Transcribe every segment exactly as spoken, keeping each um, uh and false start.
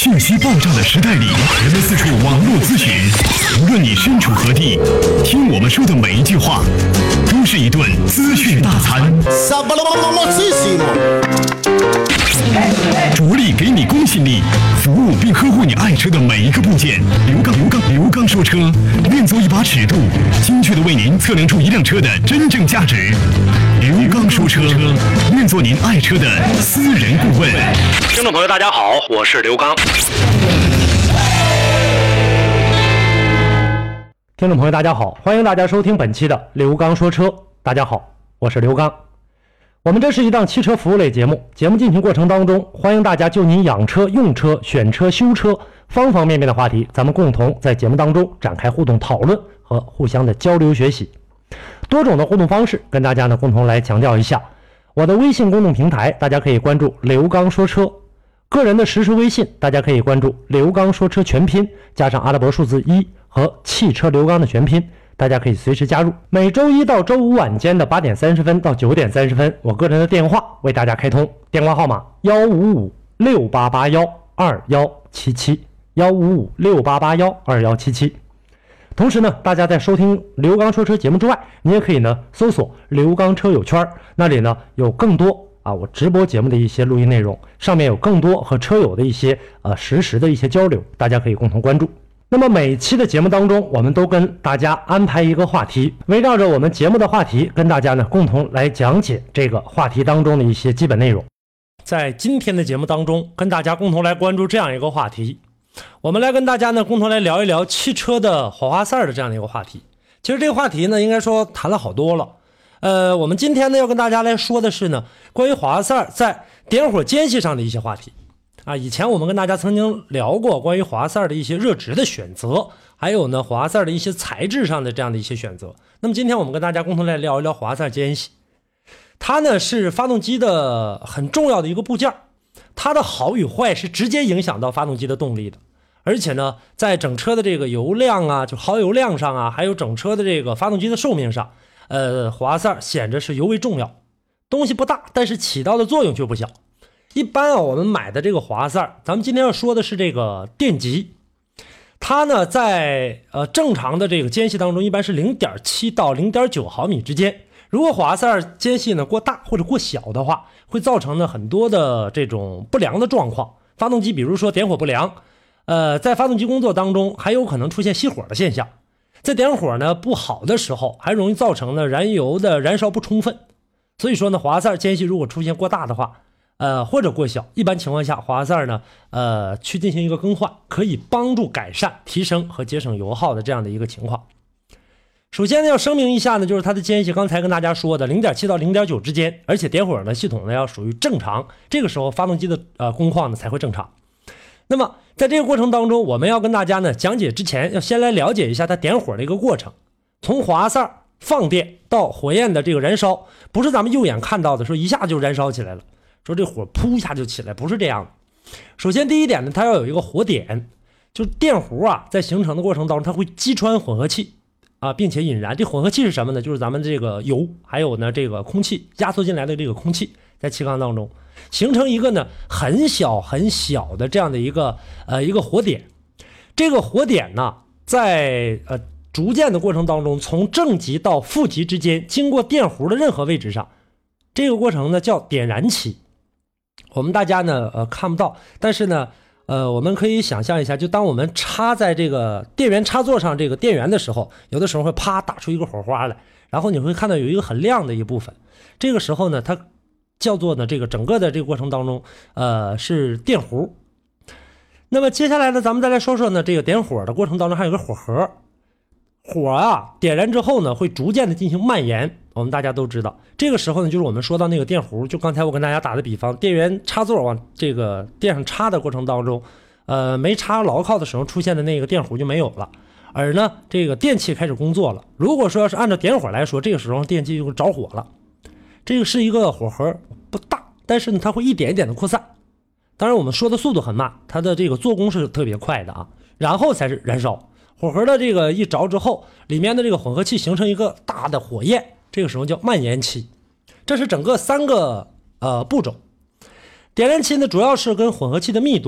信息爆炸的时代里，人们四处网络咨询，无论你身处何地，听我们说的每一句话，都是一顿资讯大餐。着力给你公信力，服务并呵护你爱车的每一个部件。刘刚，刘刚，刘刚说车，练做一把尺度，精确的为您测量出一辆车的真正价值。刘刚说车，愿做您爱车的私人顾问。 听众朋友，大家好，我是刘刚。 听众朋友，大家好，欢迎大家收听本期的刘刚说车。大家好，我是刘刚。我们这是一档汽车服务类节目，节目进行过程当中，欢迎大家就您养车、用车、选车、修车方方面面的话题，咱们共同在节目当中展开互动讨论和互相的交流学习。多种的互动方式跟大家呢共同来强调一下。我的微信公众平台大家可以关注刘刚说车，个人的实时微信大家可以关注刘刚说车全拼加上阿拉伯数字一和汽车刘刚的全拼，大家可以随时加入。每周一到周五晚间的八点三十分到九点三十分，我个人的电话为大家开通，电话号码幺五五六八八幺二幺七七幺五五六八八幺二幺七七。同时呢，大家在收听刘刚说车节目之外，你也可以呢搜索刘刚车友圈，那里呢有更多啊我直播节目的一些录音内容，上面有更多和车友的一些呃实时的一些交流，大家可以共同关注。那么每期的节目当中，我们都跟大家安排一个话题，围绕着我们节目的话题，跟大家呢共同来讲解这个话题当中的一些基本内容。在今天的节目当中，跟大家共同来关注这样一个话题，我们来跟大家呢共同来聊一聊汽车的火花塞的这样的一个话题。其实这个话题呢，应该说谈了好多了。呃，我们今天呢要跟大家来说的是呢，关于火花塞在点火间隙上的一些话题。啊，以前我们跟大家曾经聊过关于火花塞的一些热值的选择，还有呢火花塞的一些材质上的这样的一些选择。那么今天我们跟大家共同来聊一聊火花塞间隙。它呢是发动机的很重要的一个部件，它的好与坏是直接影响到发动机的动力的。而且呢，在整车的这个油量啊，就耗油量上啊，还有整车的这个发动机的寿命上，呃，火花塞显着是尤为重要。东西不大，但是起到的作用却不小。一般啊，我们买的这个火花塞，咱们今天要说的是这个电极，它呢在呃正常的这个间隙当中，一般是 零点七 到 零点九 毫米之间。如果火花塞间隙呢过大或者过小的话，会造成呢很多的这种不良的状况。发动机比如说点火不良，呃，在发动机工作当中还有可能出现熄火的现象。在点火呢不好的时候，还容易造成呢燃油的燃烧不充分。所以说呢，火花塞间隙如果出现过大的话，呃，或者过小，一般情况下，火花塞呢，呃，去进行一个更换，可以帮助改善、提升和节省油耗的这样的一个情况。首先呢，要声明一下呢，就是它的间隙，刚才跟大家说的 零点七 到 零点九 之间，而且点火呢系统呢要属于正常，这个时候发动机的呃工况呢才会正常。那么在这个过程当中，我们要跟大家呢讲解之前，要先来了解一下它点火的一个过程，从火花塞放电到火焰的这个燃烧，不是咱们右眼看到的说一下就燃烧起来了。说这火扑一下就起来，不是这样的。首先第一点呢，它要有一个火点，就是电弧啊，在形成的过程当中，它会击穿混合气啊，并且引燃。这混合气是什么呢？就是咱们这个油，还有呢这个空气压缩进来的这个空气，在气缸当中形成一个呢很小很小的这样的一个呃一个火点。这个火点呢，在呃逐渐的过程当中，从正极到负极之间，经过电弧的任何位置上，这个过程呢叫点燃期。我们大家呢呃看不到，但是呢呃我们可以想象一下，就当我们插在这个电源插座上这个电源的时候，有的时候会啪打出一个火花来，然后你会看到有一个很亮的一部分，这个时候呢它叫做呢这个整个的这个过程当中呃是电弧。那么接下来呢，咱们再来说说呢这个点火的过程当中还有个火核。火啊点燃之后呢，会逐渐的进行蔓延。我们大家都知道，这个时候呢，就是我们说到那个电弧，就刚才我跟大家打的比方，电源插座往这个电上插的过程当中，呃，没插牢靠的时候出现的那个电弧就没有了，而呢，这个电器开始工作了。如果说要是按照点火来说，这个时候电器就着火了。这个是一个火核，不大，但是呢，它会一点一点的扩散。当然，我们说的速度很慢，它的这个做工是特别快的啊，然后才是燃烧。火核的这个一着之后，里面的这个混合气形成一个大的火焰，这个时候叫蔓延期。这是整个三个呃步骤。点燃期呢，主要是跟混合气的密度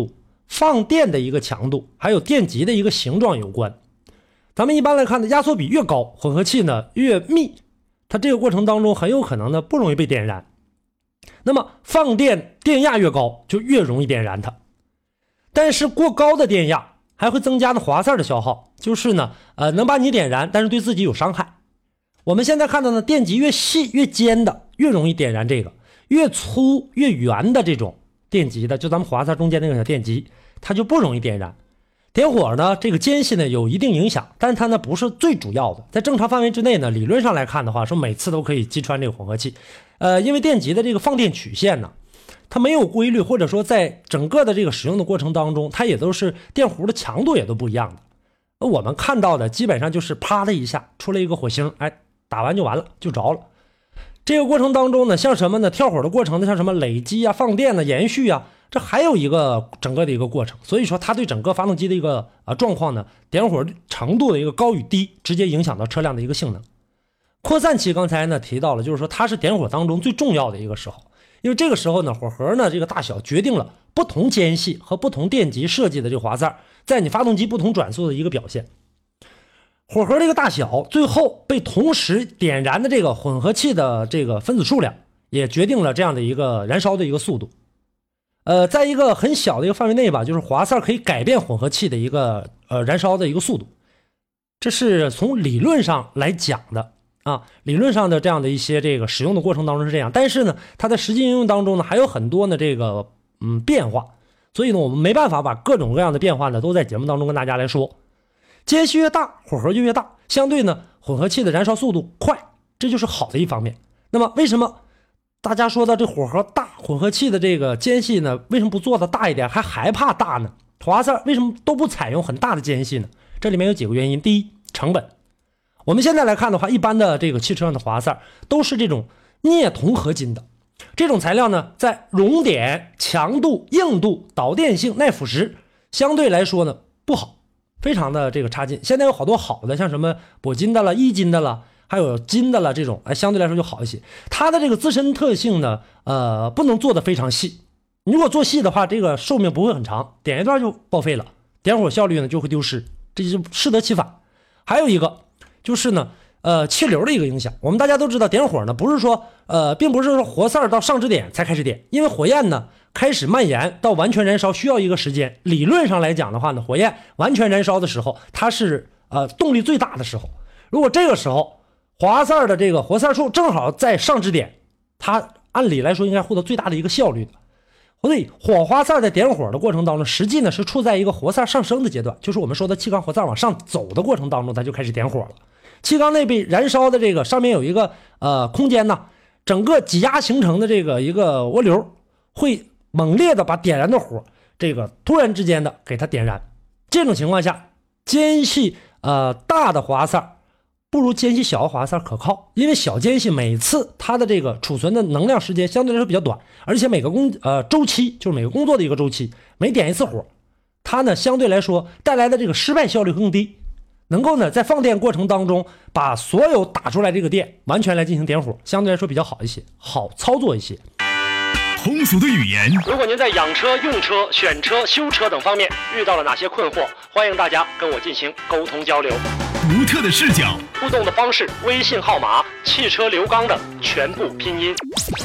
放电的一个强度还有电极的一个形状有关。咱们一般来看呢，压缩比越高，混合气呢越密，它这个过程当中很有可能呢不容易被点燃。那么放电电压越高，就越容易点燃它。但是过高的电压还会增加呢华塞的消耗，就是呢呃能把你点燃，但是对自己有伤害。我们现在看到呢，电极越细越尖的越容易点燃这个，越粗越圆的这种电极的，就咱们华塞中间那个小电极，它就不容易点燃。点火呢，这个间隙呢有一定影响，但是它呢不是最主要的。在正常范围之内呢，理论上来看的话，说每次都可以击穿这个混合气。呃，因为电极的这个放电曲线呢，它没有规律，或者说在整个的这个使用的过程当中，它也都是电弧的强度也都不一样的。而我们看到的基本上就是啪的一下出了一个火星，哎，打完就完了，就着了。这个过程当中呢，像什么呢？跳火的过程呢，像什么累积啊、放电呢、延续啊，这还有一个整个的一个过程。所以说，它对整个发动机的一个啊状况呢，点火程度的一个高与低，直接影响到车辆的一个性能。扩散器刚才呢提到了，就是说它是点火当中最重要的一个时候，因为这个时候呢，火核呢这个大小决定了不同间隙和不同电极设计的这个华塞在你发动机不同转速的一个表现。火核这个大小，最后被同时点燃的这个混合气的这个分子数量，也决定了这样的一个燃烧的一个速度。呃，在一个很小的一个范围内吧，就是华塞可以改变混合气的一个呃燃烧的一个速度，这是从理论上来讲的啊，理论上的这样的一些这个使用的过程当中是这样，但是呢，它在实际应用当中呢还有很多呢这个嗯变化，所以呢我们没办法把各种各样的变化呢都在节目当中跟大家来说。间隙越大，火核就越大，相对呢混合气的燃烧速度快，这就是好的一方面。那么为什么大家说的这火核大，混合气的这个间隙呢为什么不做的大一点，还害怕大呢？华塞为什么都不采用很大的间隙呢？这里面有几个原因。第一，成本。我们现在来看的话，一般的这个汽车上的华塞都是这种镍铜合金的，这种材料呢在熔点、强度、硬度、导电性、耐腐蚀相对来说呢不好，非常的这个差劲。现在有好多好的，像什么铂金的了、一金的了，还有金的了，这种哎相对来说就好一些。它的这个自身特性呢，呃，不能做得非常细。如果做细的话，这个寿命不会很长，点一段就报废了，点火效率呢就会丢失，这就适得其反。还有一个就是呢，呃，气流的一个影响。我们大家都知道，点火呢不是说呃，并不是说活塞到上支点才开始点，因为火焰呢开始蔓延到完全燃烧需要一个时间。理论上来讲的话呢，火焰完全燃烧的时候，它是呃动力最大的时候。如果这个时候华塞的这个活塞处正好在上支点，它按理来说应该获得最大的一个效率的。所以火花塞在点火的过程当中，实际呢是处在一个活塞上升的阶段，就是我们说的气缸活塞往上走的过程当中，它就开始点火了。气缸内被燃烧的这个上面有一个呃空间呢，整个挤压形成的这个一个涡流会猛烈的把点燃的火这个突然之间的给它点燃。这种情况下，间隙呃大的华塞不如间隙小的华塞可靠，因为小间隙每次它的这个储存的能量时间相对来说比较短，而且每个工呃周期就是每个工作的一个周期，每点一次火，它呢相对来说带来的这个失败效率更低，能够呢在放电过程当中把所有打出来这个电完全来进行点火，相对来说比较好一些，好操作一些。 通俗的语言， 如果您在养车、用车、选车、修车等方面遇到了哪些困惑，欢迎大家跟我进行沟通交流。 独特的视角， 互动的方式，微信号码汽车刘刚的全部拼音。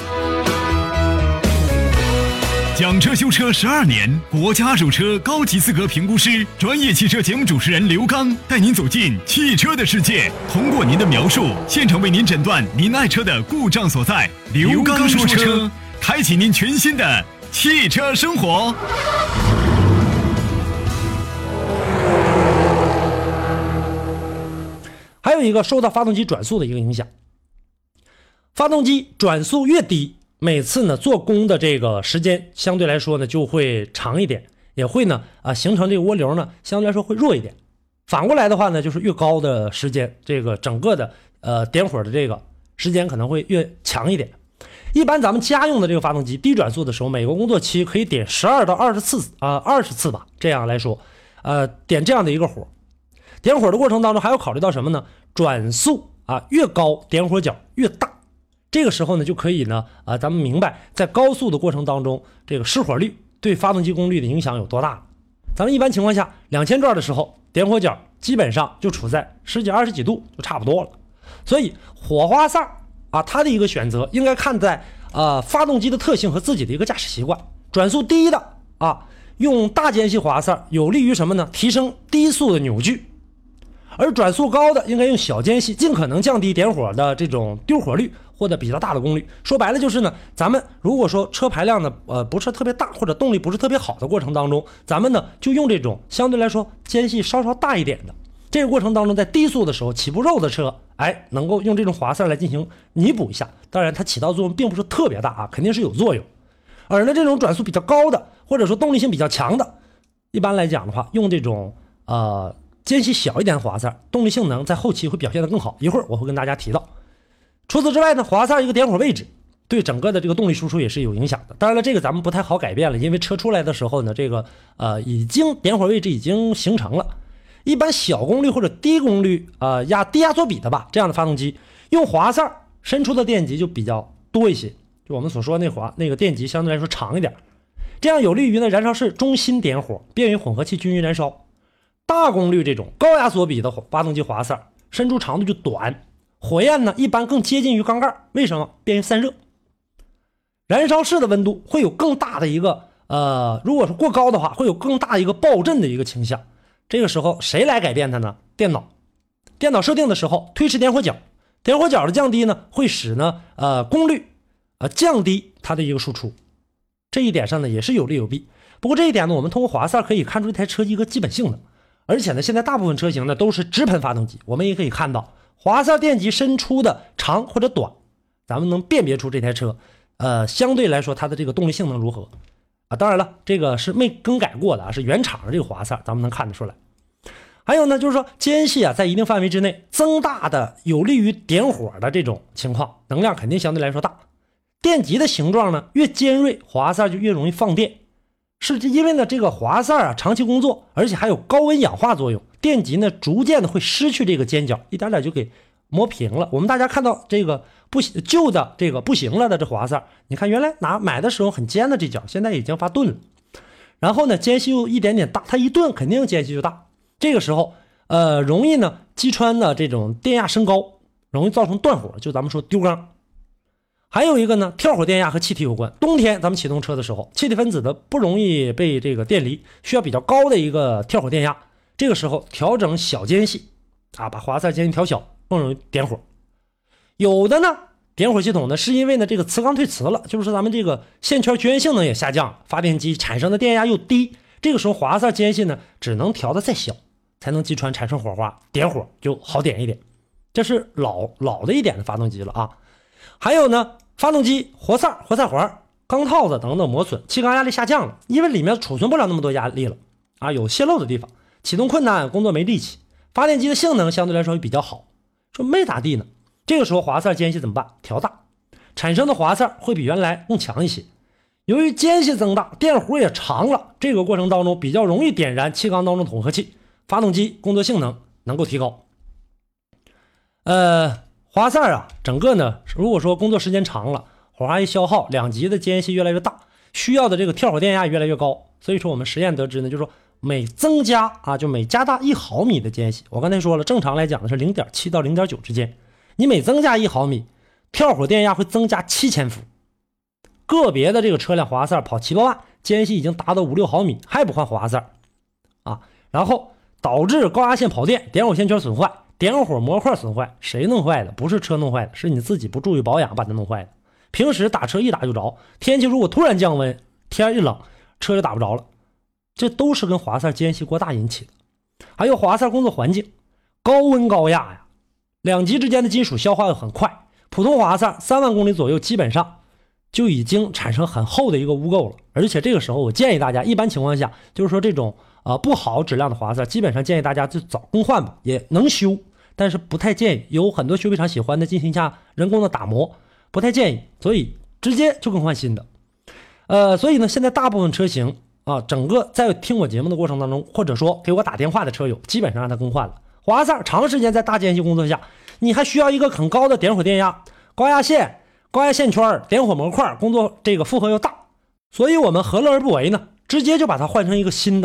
讲车修车十二年，国家二手车高级资格评估师，专业汽车节目主持人刘刚带您走进汽车的世界，通过您的描述，现场为您诊断您爱车的故障所在。刘刚说车，开启您全新的汽车生活。 还有一个受到发动机转速的一个影响，发动机转速越低，每次呢做工的这个时间相对来说呢就会长一点，也会呢啊形成这个涡流呢相对来说会弱一点。反过来的话呢，就是越高的时间，这个整个的呃点火的这个时间可能会越强一点。一般咱们家用的这个发动机低转速的时候，每个工作期可以点十二到二十次啊二十次吧，这样来说，呃点这样的一个火。点火的过程当中还要考虑到什么呢？转速啊越高，点火角越大。这个时候呢就可以呢啊咱们明白在高速的过程当中，这个失火率对发动机功率的影响有多大。 咱们一般情况下两千转的时候，点火角基本上就处在十几二十几度就差不多了。所以火花塞啊，它的一个选择应该看在呃发动机的特性和自己的一个驾驶习惯。转速低的啊，用大间隙火花塞有利于什么呢？提升低速的扭矩。而转速高的应该用小间隙，尽可能降低点火的这种丢火率或者比较大的功率。说白了就是呢，咱们如果说车排量呢呃不是特别大或者动力不是特别好的过程当中，咱们呢就用这种相对来说间隙稍稍大一点的。这个过程当中，在低速的时候起步肉的车，哎，能够用这种火花塞来进行弥补一下。当然它起到作用并不是特别大啊，肯定是有作用。而呢这种转速比较高的或者说动力性比较强的，一般来讲的话，用这种呃间隙小一点的火花塞，动力性能在后期会表现得更好。一会儿我会跟大家提到。除此之外呢，火花塞一个点火位置对整个的这个动力输出也是有影响的。当然了，这个咱们不太好改变了，因为车出来的时候呢，这个呃已经点火位置已经形成了。一般小功率或者低功率呃压低压缩比的吧，这样的发动机用火花塞伸出的电极就比较多一些，就我们所说那火那个电极相对来说长一点，这样有利于呢燃烧室中心点火，便于混合气均匀燃烧。大功率这种高压缩比的发动机火花塞伸出长度就短，火焰呢一般更接近于缸盖，为什么？便于散热。燃烧室的温度会有更大的一个呃，如果是过高的话，会有更大一个爆震的一个倾向。这个时候谁来改变它呢？电脑。电脑设定的时候推迟点火角，点火角的降低呢，会使呢呃功率呃降低它的一个输出。这一点上呢也是有利有弊。不过这一点呢，我们通过火花塞可以看出这台车一个基本性能。而且呢，现在大部分车型呢都是直喷发动机，我们也可以看到火花塞电极伸出的长或者短，咱们能辨别出这台车呃相对来说它的这个动力性能如何啊。当然了，这个是没更改过的啊，是原厂的这个火花塞，咱们能看得出来。还有呢，就是说间隙啊在一定范围之内增大的有利于点火的这种情况，能量肯定相对来说大。电极的形状呢越尖锐，火花塞就越容易放电。是因为呢这个火花塞啊长期工作，而且还有高温氧化作用，电极呢逐渐的会失去这个尖角，一点点就给磨平了。我们大家看到这个不旧的这个不行了的这火花塞，你看原来拿买的时候很尖的这角，现在已经发钝了。然后呢间隙又一点点大，它一钝肯定间隙就大，这个时候呃容易呢击穿的这种电压升高，容易造成断火，就咱们说丢缸。还有一个呢，跳火电压和气体有关。冬天咱们启动车的时候，气体分子的不容易被这个电离，需要比较高的一个跳火电压。这个时候调整小间隙啊，把火花塞间隙调小，更容易点火。有的呢，点火系统呢是因为呢这个磁缸退磁了，就是说咱们这个线圈绝缘性能也下降，发电机产生的电压又低，这个时候火花塞间隙呢只能调的再小，才能击穿产生火花，点火就好点一点。这是老老的一点的发动机了啊。还有呢，发动机活塞、活塞环、钢套子等等磨损，气缸压力下降了，因为里面储存不了那么多压力了啊，有泄漏的地方，启动困难，工作没力气。发电机的性能相对来说比较好，说没咋地呢。这个时候火花塞间隙怎么办？调大，产生的火花塞会比原来更强一些。由于间隙增大，电弧也长了，这个过程当中比较容易点燃气缸当中的混合气，发动机工作性能能够提高。呃。火花塞啊，整个呢，如果说工作时间长了，火花一消耗，两极的间隙越来越大，需要的这个跳火电压越来越高。所以说我们实验得知呢，就是说每增加啊，就每加大一毫米的间隙，我刚才说了，正常来讲的是 零点七 到 零点九 之间，你每增加一毫米，跳火电压会增加七千伏。个别的这个车辆火花塞跑七八万，间隙已经达到五六毫米，还不换火花塞啊，然后导致高压线跑电，点火线圈损坏。点火模块损坏，谁弄坏的？不是车弄坏的，是你自己不注意保养把它弄坏的。平时打车一打就着，天气如果突然降温，天一冷，车就打不着了，这都是跟火花塞间隙过大引起的。还有火花塞工作环境，高温高压呀，两极之间的金属消化又很快，普通火花塞三万公里左右基本上就已经产生很厚的一个污垢了。而且这个时候我建议大家，一般情况下就是说这种呃不好质量的火花塞，基本上建议大家就早更换吧，也能修。但是不太建议，有很多修配厂喜欢的进行一下人工的打磨，不太建议，所以直接就更换新的。呃，所以呢，现在大部分车型啊，整个在听我节目的过程当中，或者说给我打电话的车友，基本上让它更换了。火花塞长时间在大间隙工作下，你还需要一个很高的点火电压，高压线、高压线圈、点火模块工作这个负荷又大，所以我们何乐而不为呢？直接就把它换成一个新的。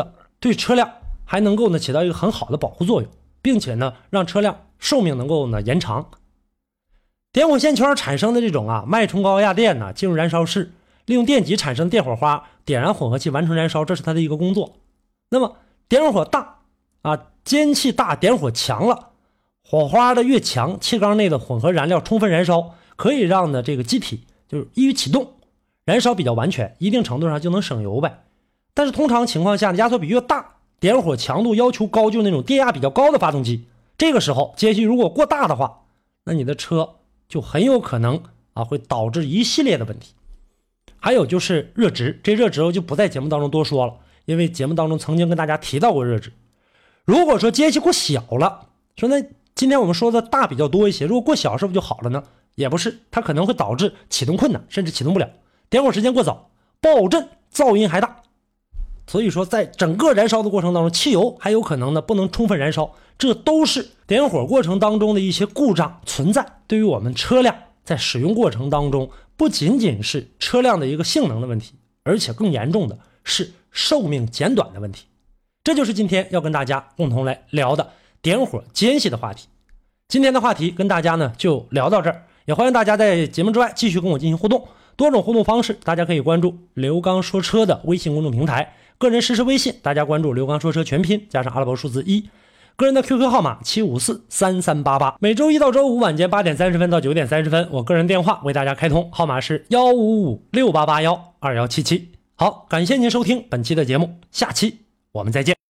对车辆还能够呢起到一个很好的保护作用，并且呢让车辆寿命能够呢延长。点火线圈产生的这种啊脉冲高压电呢进入燃烧室，利用电极产生电火花点燃混合气完成燃烧，这是它的一个工作。那么点火大啊，间气大，点火强了，火花的越强，气缸内的混合燃料充分燃烧，可以让呢这个机体就是易于启动，燃烧比较完全，一定程度上就能省油呗。但是通常情况下压缩比越大，点火强度要求高，就是那种电压比较高的发动机，这个时候间隙如果过大的话，那你的车就很有可能啊会导致一系列的问题。还有就是热值，这热值我就不在节目当中多说了，因为节目当中曾经跟大家提到过热值。如果说间隙过小了，说那今天我们说的大比较多一些，如果过小是不是就好了呢？也不是，它可能会导致启动困难，甚至启动不了，点火时间过早，爆震，噪音还大。所以说在整个燃烧的过程当中，汽油还有可能呢不能充分燃烧，这都是点火过程当中的一些故障存在，对于我们车辆在使用过程当中，不仅仅是车辆的一个性能的问题，而且更严重的是寿命减短的问题。这就是今天要跟大家共同来聊的点火间隙的话题。今天的话题跟大家呢就聊到这儿，也欢迎大家在节目之外继续跟我进行互动。多种互动方式，大家可以关注刘刚说车的微信公众平台，个人实时微信大家关注刘刚说车全拼加上阿拉伯数字一，个人的 Q Q 号码七五四三三八八。每周一到周五晚间八点三十分到九点三十分，我个人电话为大家开通，号码是幺五五六八八幺二幺七七。好，感谢您收听本期的节目，下期我们再见。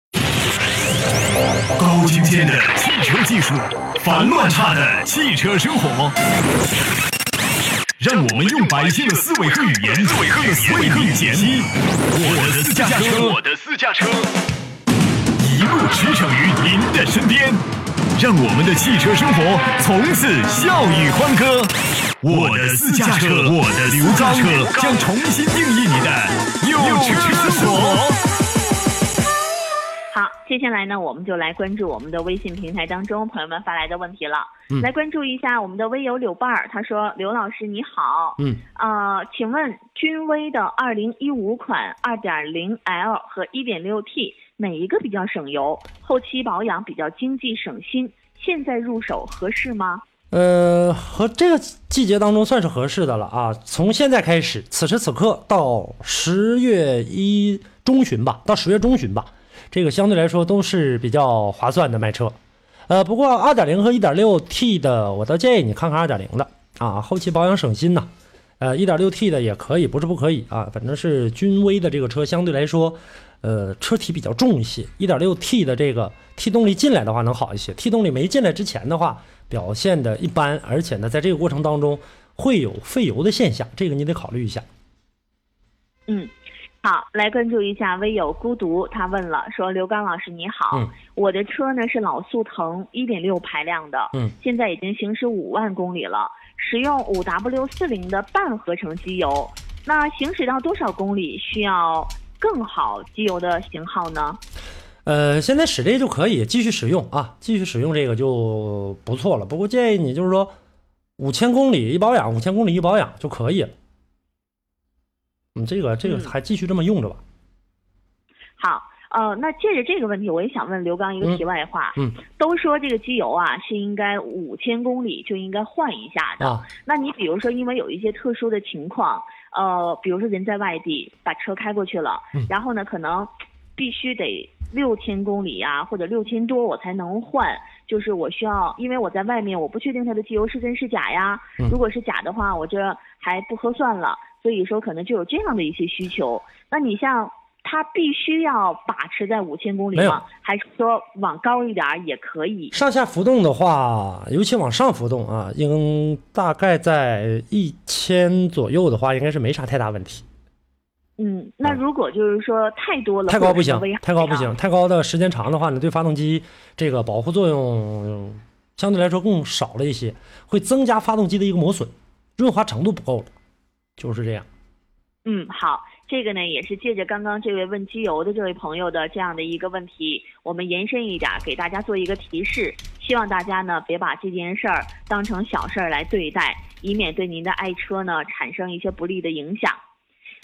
高精尖的汽车技术，烦乱差的汽车生活，让我们用百姓的思维和语言为你解析我的私家车，我的私家车一路驰骋于您的身边，让我们的汽车生活从此笑语欢歌。我的私家车，我的刘刚车将重新定义你的有车生活。 好，接下来呢，我们就来关注我们的微信平台当中朋友们发来的问题了。嗯，来关注一下我们的微友柳瓣儿，他说：“刘老师你好， 嗯， 呃，请问君威的二零一五款 二点零 L 和 一点六 T 哪一个比较省油，后期保养比较经济省心？现在入手合适吗？” 呃，和这个季节当中算是合适的了啊。从现在开始，此时此刻到十月一中旬吧，到十月中旬吧。这个相对来说都是比较划算的卖车，呃，不过 二点零 和 一点六 T 的，我倒建议你看看 二点零 的啊，后期保养省心呐。呃 ，一点六 T 的也可以，不是不可以啊，反正是君威的这个车相对来说，呃，车体比较重一些。一点六 T 的这个 T 动力进来的话能好一些 ，T 动力没进来之前的话表现的一般，而且呢，在这个过程当中会有费油的现象，这个你得考虑一下。 嗯。好，来关注一下微友孤独，他问了说：“刘刚老师你好，嗯、我的车呢是老速腾 一点六 排量的，嗯，现在已经行驶五万公里了，使用 五 W 四零 的半合成机油，那行驶到多少公里需要更好机油的型号呢？” 呃，现在使这个就可以继续使用啊，继续使用这个就不错了。不过建议你就是说五千公里一保养，五千公里一保养就可以了。嗯，这个这个还继续这么用着吧。 嗯、好，呃，那借着这个问题，我也想问刘刚一个题外话。嗯，嗯都说这个机油啊是应该五千公里就应该换一下的。啊，那你比如说，因为有一些特殊的情况，呃，比如说人在外地把车开过去了，嗯、然后呢，可能必须得六千公里啊，或者六千多我才能换。就是我需要，因为我在外面，我不确定它的机油是真是假呀。嗯、如果是假的话，我这还不合算了。所以说可能就有这样的一些需求。那你像它必须要把持在五千公里吗？还是说往高一点也可以？ 上下浮动的话，尤其往上浮动啊，应大概在一千左右的话，应该是没啥太大问题。 嗯，那如果就是说太多了， 太高不行，太高不行，太高的时间长的话呢，对发动机这个保护作用相对来说更少了一些，会增加发动机的一个磨损，润滑程度不够了。就是这样。 嗯，好，这个呢也是借着刚刚这位问机油的这位朋友的这样的一个问题，我们延伸一点给大家做一个提示，希望大家呢别把这件事儿当成小事儿来对待，以免对您的爱车呢产生一些不利的影响。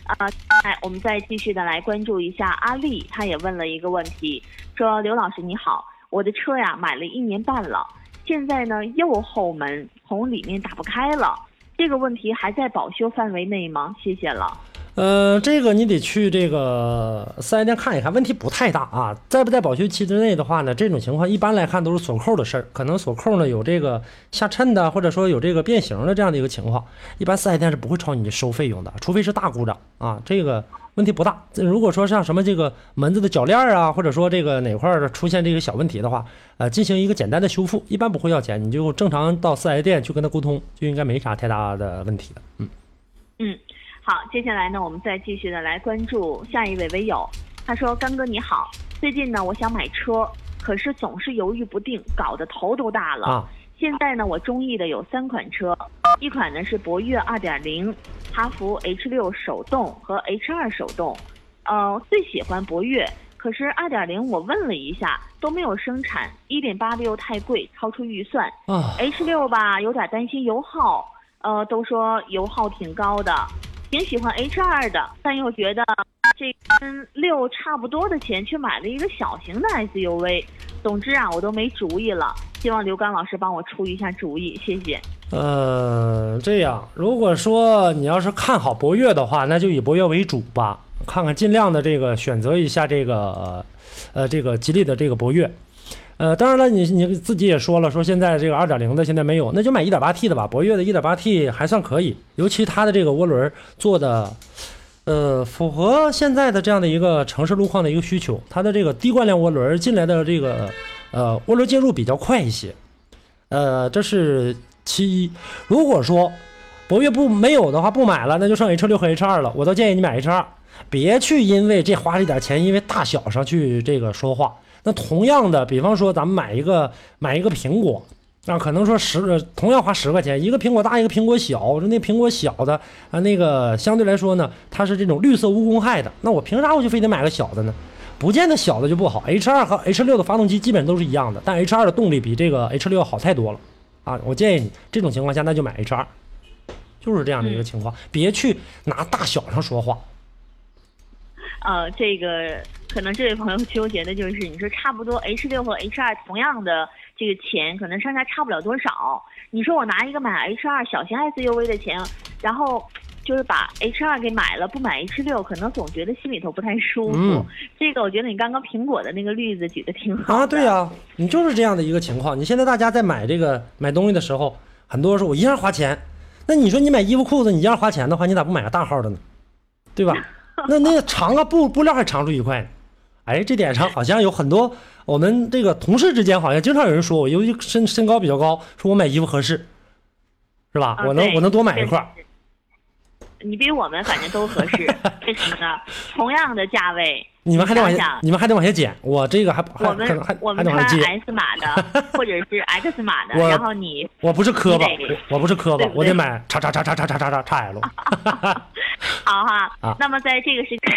呃，哎，我们再继续的来关注一下阿丽，她也问了一个问题，说刘老师你好，我的车呀买了一年半了，现在呢右后门从里面打不开了，这个问题还在保修范围内吗？谢谢了。 呃，这个你得去这个四 S 店看一看，问题不太大啊。在不在保修期之内的话呢，这种情况一般来看都是锁扣的事儿，可能锁扣呢有这个下衬的，或者说有这个变形的这样的一个情况，一般四 S 店是不会朝你收费用的，除非是大故障啊，这个问题不大。如果说像什么这个门子的铰链啊，或者说这个哪块出现这个小问题的话，呃，进行一个简单的修复，一般不会要钱，你就正常到四 S 店去跟他沟通，就应该没啥太大的问题的。嗯嗯。好，接下来呢，我们再继续的来关注下一位微友。他说：“刚哥你好，最近呢，我想买车，可是总是犹豫不定，搞得头都大了。啊、现在呢，我中意的有三款车，一款呢是博越 二点零、哈弗 H 六 手动和 H 二 手动。呃，最喜欢博越，可是 二点零 我问了一下都没有生产， 一点八 的又太贵，超出预算。啊、H 六 吧，有点担心油耗，呃，都说油耗挺高的。”挺喜欢 H 二 的，但又觉得这跟六差不多的钱，却买了一个小型的 S U V。总之啊，我都没主意了，希望刘刚老师帮我出一下主意，谢谢。 呃，这样，如果说你要是看好博越的话，那就以博越为主吧，看看尽量的这个选择一下这个，呃，这个吉利的这个博越。呃，当然了，你你自己也说了，说现在这个 二点零 的现在没有，那就买 一点八 T 的吧。博越的 一点八 T 还算可以，尤其它的这个涡轮做的，呃，符合现在的这样的一个城市路况的一个需求。它的这个低惯量涡轮进来的这个，呃，涡轮进入比较快一些，呃，这是其一。如果说博越不没有的话，不买了，那就剩 H 六 和 H 二 了。我倒建议你买 H 二，别去因为这花了一点钱，因为大小上去这个说话。那同样的，比方说咱们买一个买一个苹果，啊，可能说十同样花十块钱，一个苹果大，一个苹果小，说那苹果小的啊，那个相对来说呢，它是这种绿色无公害的，那我凭啥我就非得买个小的呢？不见得小的就不好。H 二 和 H 六 的发动机基本都是一样的，但 H 二 的动力比这个 H 六 好太多了啊！我建议你这种情况下那就买 H 二，就是这样的一个情况，别去拿大小上说话。 呃，这个可能这位朋友纠结的就是，你说差不多 H 六 和 H 二 同样的这个钱，可能上下差不了多少。你说我拿一个买 H 二 小型 S U V 的钱，然后就是把 H 二 给买了，不买 H 六，可能总觉得心里头不太舒服。嗯、这个我觉得你刚刚苹果的那个例子举得挺好的啊。对呀、啊， 你就是这样的一个情况。你现在大家在买这个买东西的时候，很多人说我一样花钱，那你说你买衣服裤子你一样花钱的话，你咋不买个大号的呢？对吧？那那个长啊布布料还长出一块呢，哎，这点上好像有很多我们这个同事之间好像经常有人说我，尤其身身高比较高，说我买衣服合适，是吧？ 啊、 我能我能多买一块。 你比我们反正都合适，为什么呢？同样的价位， 你们还得往下，你们还得往下减。我这个还我们还我们穿 S 码的，或者是 X 码的，然后你我不是磕巴，我不是磕巴，我得买叉叉叉叉叉叉叉叉叉 L。 好哈，啊、那么在这个时间，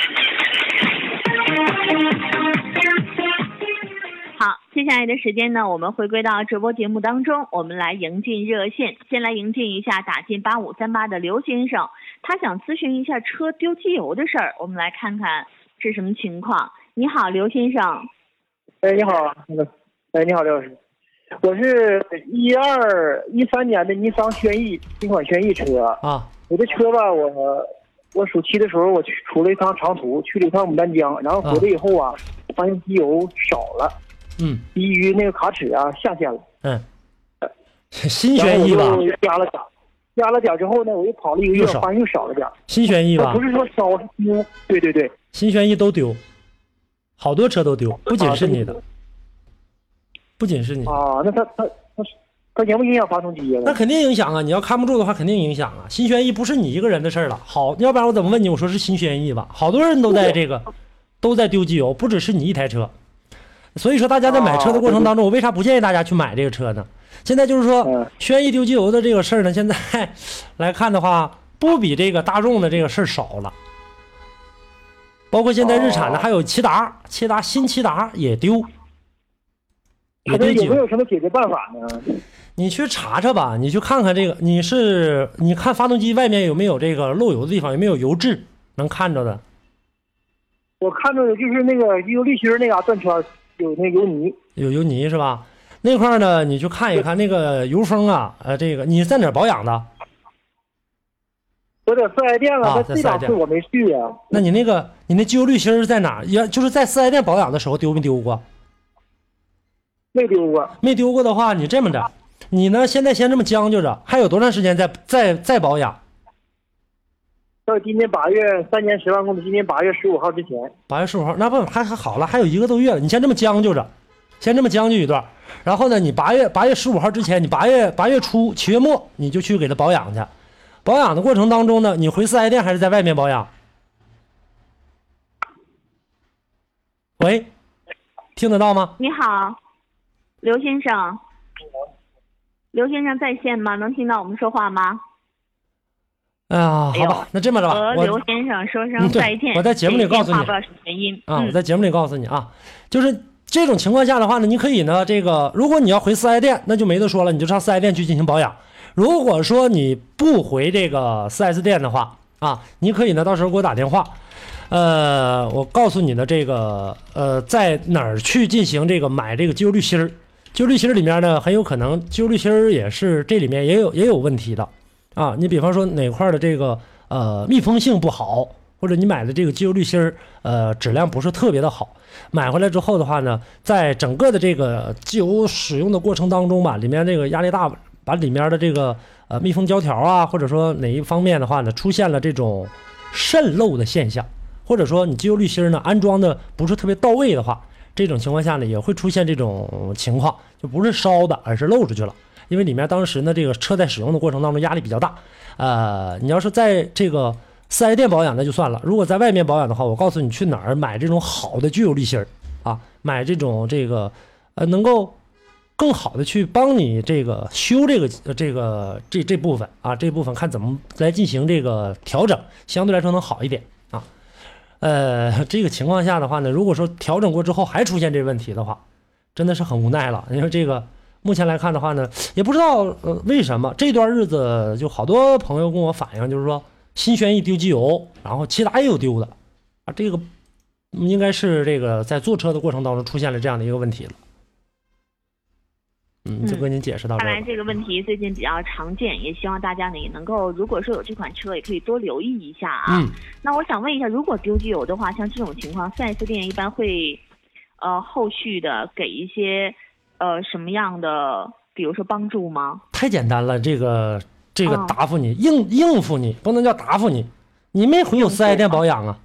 好，接下来的时间呢，我们回归到直播节目当中，我们来迎进热线，先来迎进一下打进八五三八的刘先生，他想咨询一下车丢机油的事儿，我们来看看是什么情况。你好，刘先生。 哎，你好，那个，哎，你好，刘老师，我是一二一三年的尼桑轩逸新款轩逸车啊。我这车吧，我我暑期的时候我去出了一趟长途，去了一趟牡丹江，然后回来以后啊，发现机油少了， 嗯， 低于那个卡尺啊下线了， 嗯，新轩逸吧， 加了点，加了点之后呢，我又跑了一个月，发现又少了点。新轩逸吧， 不是说烧是丢，对对对， 新轩逸都丢，好多车都丢，不仅是你的，啊、不仅是你啊，那他他他它影不影响发动机呀？ 那肯定影响啊！你要看不住的话，肯定影响啊！新轩逸不是你一个人的事儿了。好，要不然我怎么问你？我说是新轩逸吧？好多人都在这个，都在丢机油，不只是你一台车。所以说，大家在买车的过程当中，我为啥不建议大家去买这个车呢？现在就是说，轩逸丢机油的这个事儿呢，现在来看的话，不比这个大众的这个事儿少了。包括现在日产的还有骐达，骐达新骐达也丢。 有没有什么解决办法呢？ 你去查查吧，你去看看这个，你是你看发动机外面有没有这个漏油的地方，有没有油渍能看着的？ 我看着的就是那个机油滤芯那嘎断圈有那油泥， 有油泥是吧？那块呢，你去看一看那个油封啊，呃，这个你在哪儿保养的？ 我在四 S 店了， 啊， 这两次我没去啊。 那你那个你那机油滤芯在哪儿？也就是在四 S 店保养的时候丢没丢过？ 没丢过。 没丢过的话，你这么着，你呢现在先这么将就着，还有多长时间再再再保养？ 到今年八月三年十万公里，今年八月十五号之前。 八月十五号，那不还还好了，还有一个多月了。你先这么将就着，先这么将就一段，然后呢，你八月八月十五号之前，你八月八月初七月末你就去给它保养去。保养的过程当中呢，你回四 S 店还是在外面保养？喂，听得到吗？ 你好，刘先生。刘先生在线吗？能听到我们说话吗？ 哎呀，好吧，那这么着吧， 和刘先生说声再见。 嗯、我在节目里告诉你， 不知道什么原因啊，我在节目里告诉你啊，就是这种情况下的话呢，你可以呢，这个如果你要回四 S 店，那就没得说了，你就上四 S 店去进行保养。如果说你不回这个 四 S 店的话啊，你可以呢到时候给我打电话，呃，我告诉你的这个呃在哪儿去进行这个买这个机油滤芯儿，机油滤芯儿里面呢很有可能机油滤芯儿也是这里面也有也有问题的啊。你比方说哪块的这个呃密封性不好，或者你买的这个机油滤芯儿呃质量不是特别的好，买回来之后的话呢，在整个的这个机油使用的过程当中吧，里面这个压力大。把里面的这个呃密封胶条啊，或者说哪一方面的话呢，出现了这种渗漏的现象，或者说你机油滤芯呢安装的不是特别到位的话，这种情况下呢也会出现这种情况，就不是烧的，而是漏出去了。因为里面当时呢这个车在使用的过程当中压力比较大，呃，你要是在这个四 S 店保养那就算了，如果在外面保养的话，我告诉你去哪儿买这种好的机油滤芯啊，买这种这个呃能够。更好的去帮你这个修这个这个这这部分啊，这部分看怎么来进行这个调整，相对来说能好一点啊。呃，这个情况下的话呢，如果说调整过之后还出现这个问题的话，真的是很无奈了。因为这个目前来看的话呢，也不知道呃为什么这段日子就好多朋友跟我反映，就是说新轩逸丢机油，然后骐达也有丢的啊，这个应该是这个在坐车的过程当中出现了这样的一个问题了。嗯，就跟您解释到这儿。 看来这个问题最近比较常见，也希望大家呢也能够，如果说有这款车，也可以多留意一下啊。 嗯。 那我想问一下，如果丢机油的话，像这种情况，四 S 店一般会，呃，后续的给一些，呃，什么样的，比如说帮助吗？ 太简单了，这个这个答复你，嗯、应应付你，不能叫答复你，你没回有四 S 店保养啊。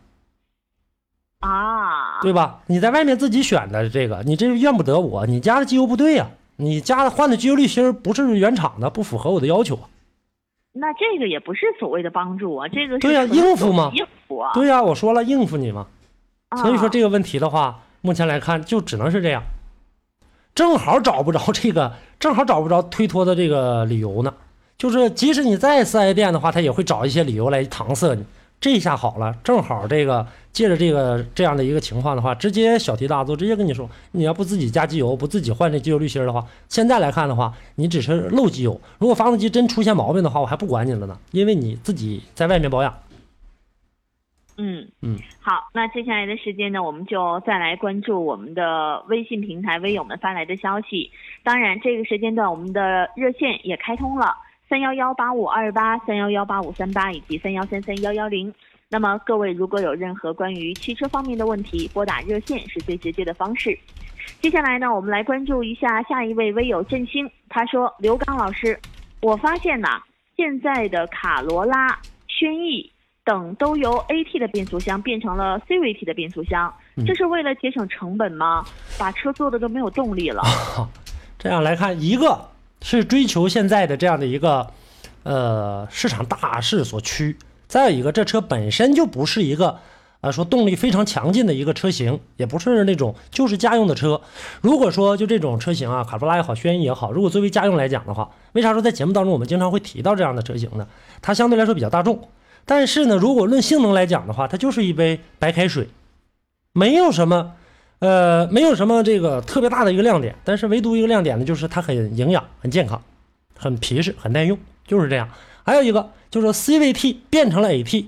啊。 对吧？你在外面自己选的这个，你这怨不得我，你家的机油不对呀、啊。你家的换的机油滤芯不是原厂的，不符合我的要求啊。 那这个也不是所谓的帮助啊，这个是对呀、啊，应付嘛， 应付啊。 对呀、啊，我说了应付你嘛。 啊、 所以说这个问题的话，目前来看就只能是这样。正好找不着这个，正好找不着推脱的这个理由呢。就是即使你在四 S 店的话，他也会找一些理由来搪塞你。这下好了，正好这个借着这个这样的一个情况的话，直接小题大做，直接跟你说，你要不自己加机油，不自己换这机油滤芯的话，现在来看的话，你只是漏机油。如果发动机真出现毛病的话，我还不管你了呢，因为你自己在外面保养。 嗯嗯， 好，那接下来的时间呢，我们就再来关注我们的微信平台微友们发来的消息。当然，这个时间段我们的热线也开通了。三幺幺八五二八、三幺幺八五三八以及三幺三三幺幺零。那么各位如果有任何关于汽车方面的问题，拨打热线是最直接的方式。接下来呢，我们来关注一下下一位微友振兴。他说：“刘刚老师，我发现呐、啊，现在的卡罗拉、轩逸等都由 A T 的变速箱变成了 C V T 的变速箱，这是为了节省成本吗？把车做的都没有动力了。 哦”这样来看，一个。是追求现在的这样的一个呃市场大势所趋，再有一个这车本身就不是一个呃说动力非常强劲的一个车型，也不是那种就是家用的车。如果说就这种车型啊，卡罗拉也好，轩逸也好，如果作为家用来讲的话，为啥说在节目当中我们经常会提到这样的车型呢？它相对来说比较大众，但是呢，如果论性能来讲的话，它就是一杯白开水，没有什么。呃，没有什么这个特别大的一个亮点，但是唯独一个亮点呢，就是它很营养、很健康、很皮实、很耐用，就是这样。还有一个就是说 C V T 变成了 A T，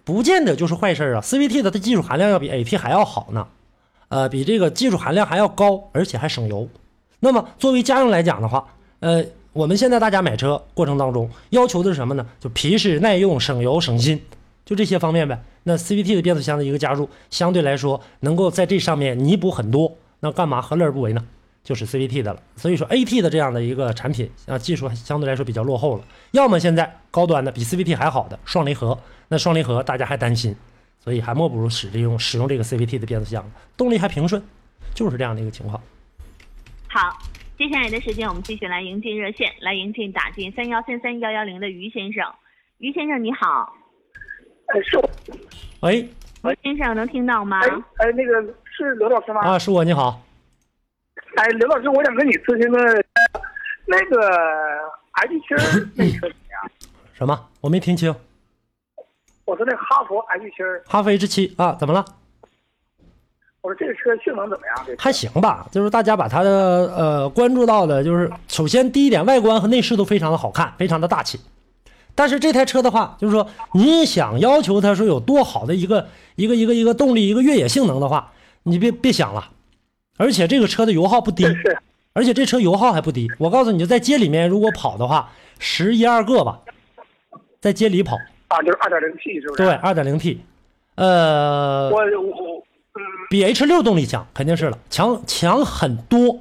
不见得就是坏事啊。C V T 的它技术含量要比 A T 还要好呢，呃，比这个技术含量还要高，而且还省油。那么作为家用来讲的话，呃，我们现在大家买车过程当中要求的是什么呢？就皮实耐用、省油省心，就这些方面呗。那 C V T 的变速箱的一个加入，相对来说能够在这上面弥补很多，那干嘛何乐而不为呢？就是 C V T 的了。所以说 A T 的这样的一个产品啊，技术相对来说比较落后了。要么现在高端的比 C V T 还好的双离合，那双离合大家还担心，所以还莫不如使用使用这个 C V T 的变速箱，动力还平顺，就是这样的一个情况。 好，接下来的时间我们继续来迎进热线，来迎进打进三幺三三幺幺零的于先生。于先生你好。 哎，是我。 喂， 于先生能听到吗？ 哎哎，那个是刘老师吗？ 啊，是我，你好。 哎，刘老师，我想跟你咨询个那个 H 七那车怎么样？ 什么？我没听清。 我说那哈弗 H 七， 哈弗 H 七啊，怎么了？ 我说这个车性能怎么样？ 还行吧，就是大家把它的呃关注到的，就是首先第一点，外观和内饰都非常的好看，非常的大气。但是这台车的话，就是说你想要求它说有多好的一个一个一个一个动力一个越野性能的话，你别别想了。而且这个车的油耗不低，而且这车油耗还不低。我告诉你，就在街里面如果跑的话，十一二个吧，在街里跑啊，就是 二点零 T 是不是？ 对 ，二点零 T， 呃， 我我嗯， 比 H 六动力强，肯定是了，强强很多。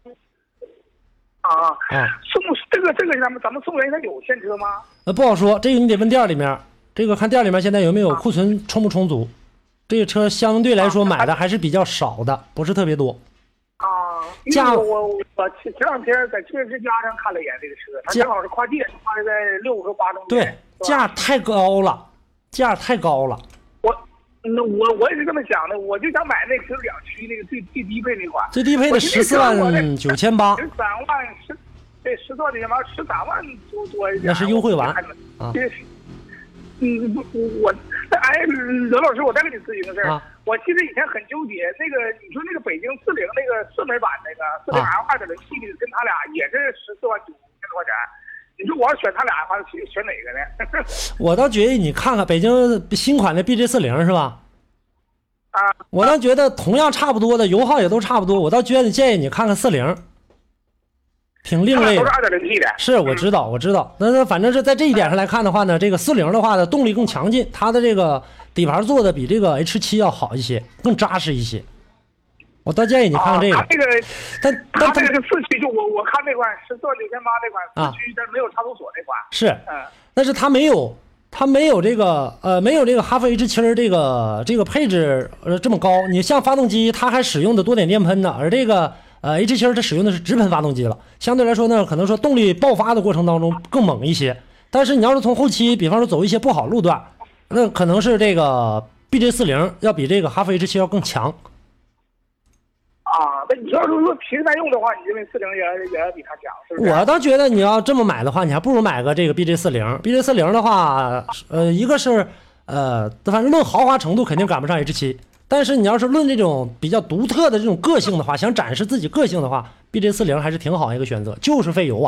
啊啊， 送这个这个咱们咱们送人，他有现车吗？ 呃，不好说，这个你得问店里面，这个看店里面现在有没有库存充不充足。这个车相对来说买的还是比较少的，不是特别多。 啊， 价我我我前前两天在汽车之家上看了一眼这个车，它正好是跨界，跨在六和八中间。 对，价太高了，价太高了。 我那我我也是这么想的，我就想买那个两驱那个最最低配那款。 最低配的十四万九千八。 十三万十，对，十多年吧，十三万多多一点。 那是优惠完啊。 嗯，我哎，刘老师，我再给你咨询个事儿、 啊。 我其实以前很纠结，那个你说那个北京四零那个四门版那个四零 L 二点零 T 的，跟他俩也是十四万九千多块钱。你说我要选他俩的话，选选哪个呢？ 我倒觉得你看看北京新款的 B J 四零是吧？ 啊， 我倒觉得同样差不多的油耗也都差不多，我倒觉得建议你看看四零。挺另类的， 都是 二点零 T 的。 是，我知道，我知道。那那反正是在这一点上来看的话呢，这个四零的话呢，动力更强劲，它的这个底盘做的比这个 H 七要好一些，更扎实一些。我倒建议你看看这个。 啊、这个， 但但这个是四驱，就我我看那款十四万九千八那款四驱， 啊、 但没有差速锁那款。 是， 嗯， 但是它没有，它没有这个呃，没有这个哈弗 H 七这个这个配置呃这么高。你像发动机，它还使用的多点电喷呢，而这个。呃 ，H 七它使用的是直喷发动机了，相对来说呢，可能说动力爆发的过程当中更猛一些。但是你要是从后期，比方说走一些不好路段，那可能是这个 B J 四零要比这个哈弗 H 七要更强。 啊，那你要是说皮实耐用的话，你认为四零也也要比它强，是不是？ 我倒觉得你要这么买的话，你还不如买个这个 B J 四零。B J 四零的话，呃，一个是呃，反正论豪华程度肯定赶不上 H 七。但是你要是论这种比较独特的这种个性的话，想展示自己个性的话 ，B J 四零还是挺好一个选择，就是费油啊。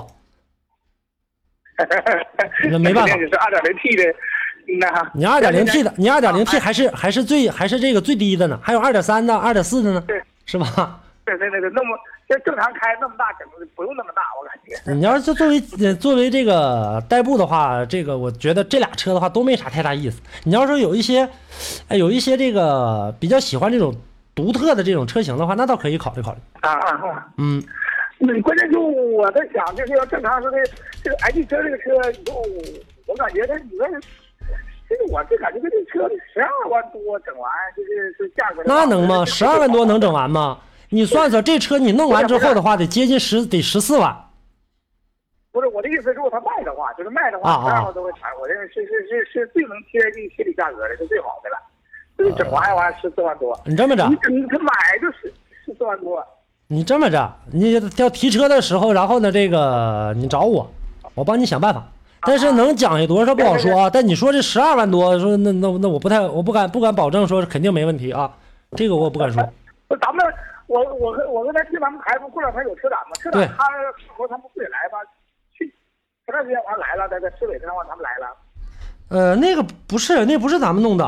那没办法， 是 二点零 T 的，那你 二点零 T 的，你 二点零 T 还是还是最还是这个最低的呢，还有 二点三的、二点四的呢， 对， 是吧？ 对对对对，那么这正常开那么大，整个不用那么大，我感觉。 你要是作为作为这个代步的话，这个我觉得这俩车的话都没啥太大意思。你要说有一些，哎，有一些这个比较喜欢这种独特的这种车型的话，那倒可以考虑考虑。 啊啊啊！ 嗯， 那关键就我在想，就是要正常说的这个 H 车这个车，以后我感觉它里面，这个我就感觉这个车十二万多整完，就是这价格。 那能吗？十二万多能整完吗？你算算，这车你弄完之后的话，得接近十，得十四万。 不是我的意思，如果他卖的话，就是卖的话，十二万多块钱，我认为是是是是最能贴近心理价格的，是最好的了。就是整完完十四万多。 你这么着， 你你他买就是十四万多。 你这么着，你要提车的时候，然后呢，这个你找我，我帮你想办法。但是能讲下多少不好说啊。但你说这十二万多，说那那那我不太，我不敢不敢保证说肯定没问题啊。这个我不敢说。 咱们。我我跟我跟他听咱们台，不过两天有车展嘛？车展他说他们不得来吧？去前段时间完来了，在在市委上他们来了。 呃，那个不是，那不是咱们弄的。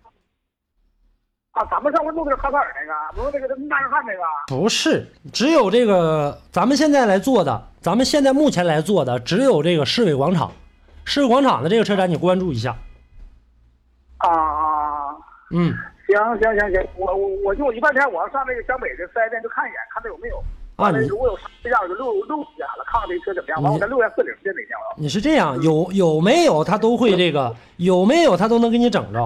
啊，咱们上回弄的是哈萨尔那个，不是那个纳日汉那个。 不是，只有这个咱们现在来做的，咱们现在目前来做的只有这个市委广场。市委广场的这个车展你关注一下。 啊啊。 嗯。 行行行行，我我我就一半天我要上那个江北的四 S 店就看一眼，看他有没有。 啊，你如果有这样，我就溜溜几眼了，看看这车怎么样。完，我再溜下四零去哪天了。 你是这样，有有没有他都会这个，有没有他都能给你整着。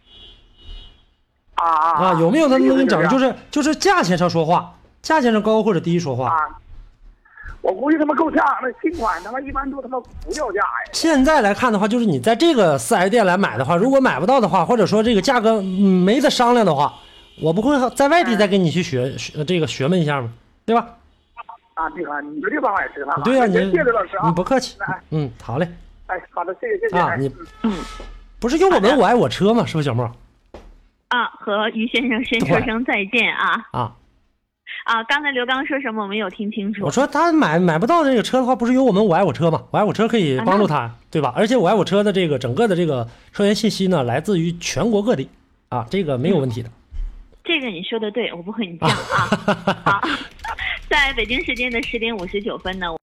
啊啊，有没有他都能给你整，就是就是价钱上说话，价钱上高或者低说话。 啊，我估计他妈够呛，那新款他妈一般都他妈不掉价呀。 现在来看的话，就是你在这个四 S 店来买的话，如果买不到的话，或者说这个价格嗯没得商量的话，我不会在外地再跟你去学学这个学问一下吗？对吧？ 啊，这个你这方法也是哈。 对呀，你谢谢老师啊， 你不客气。嗯，好嘞。 哎，好的，谢谢谢谢。 啊，你嗯，不是用我们我爱我车吗？是不是小莫？ 啊，和于先生先说声再见啊。 啊。 啊，刚才刘刚说什么我没有听清楚。 我说他买买不到这个车的话，不是有我们我爱我车吗？我爱我车可以帮助他，啊、对吧？而且我爱我车的这个整个的这个车源信息呢，来自于全国各地啊，这个没有问题的。 嗯、这个你说的对，我不和你犟啊。好，在北京时间的十点五十九分呢。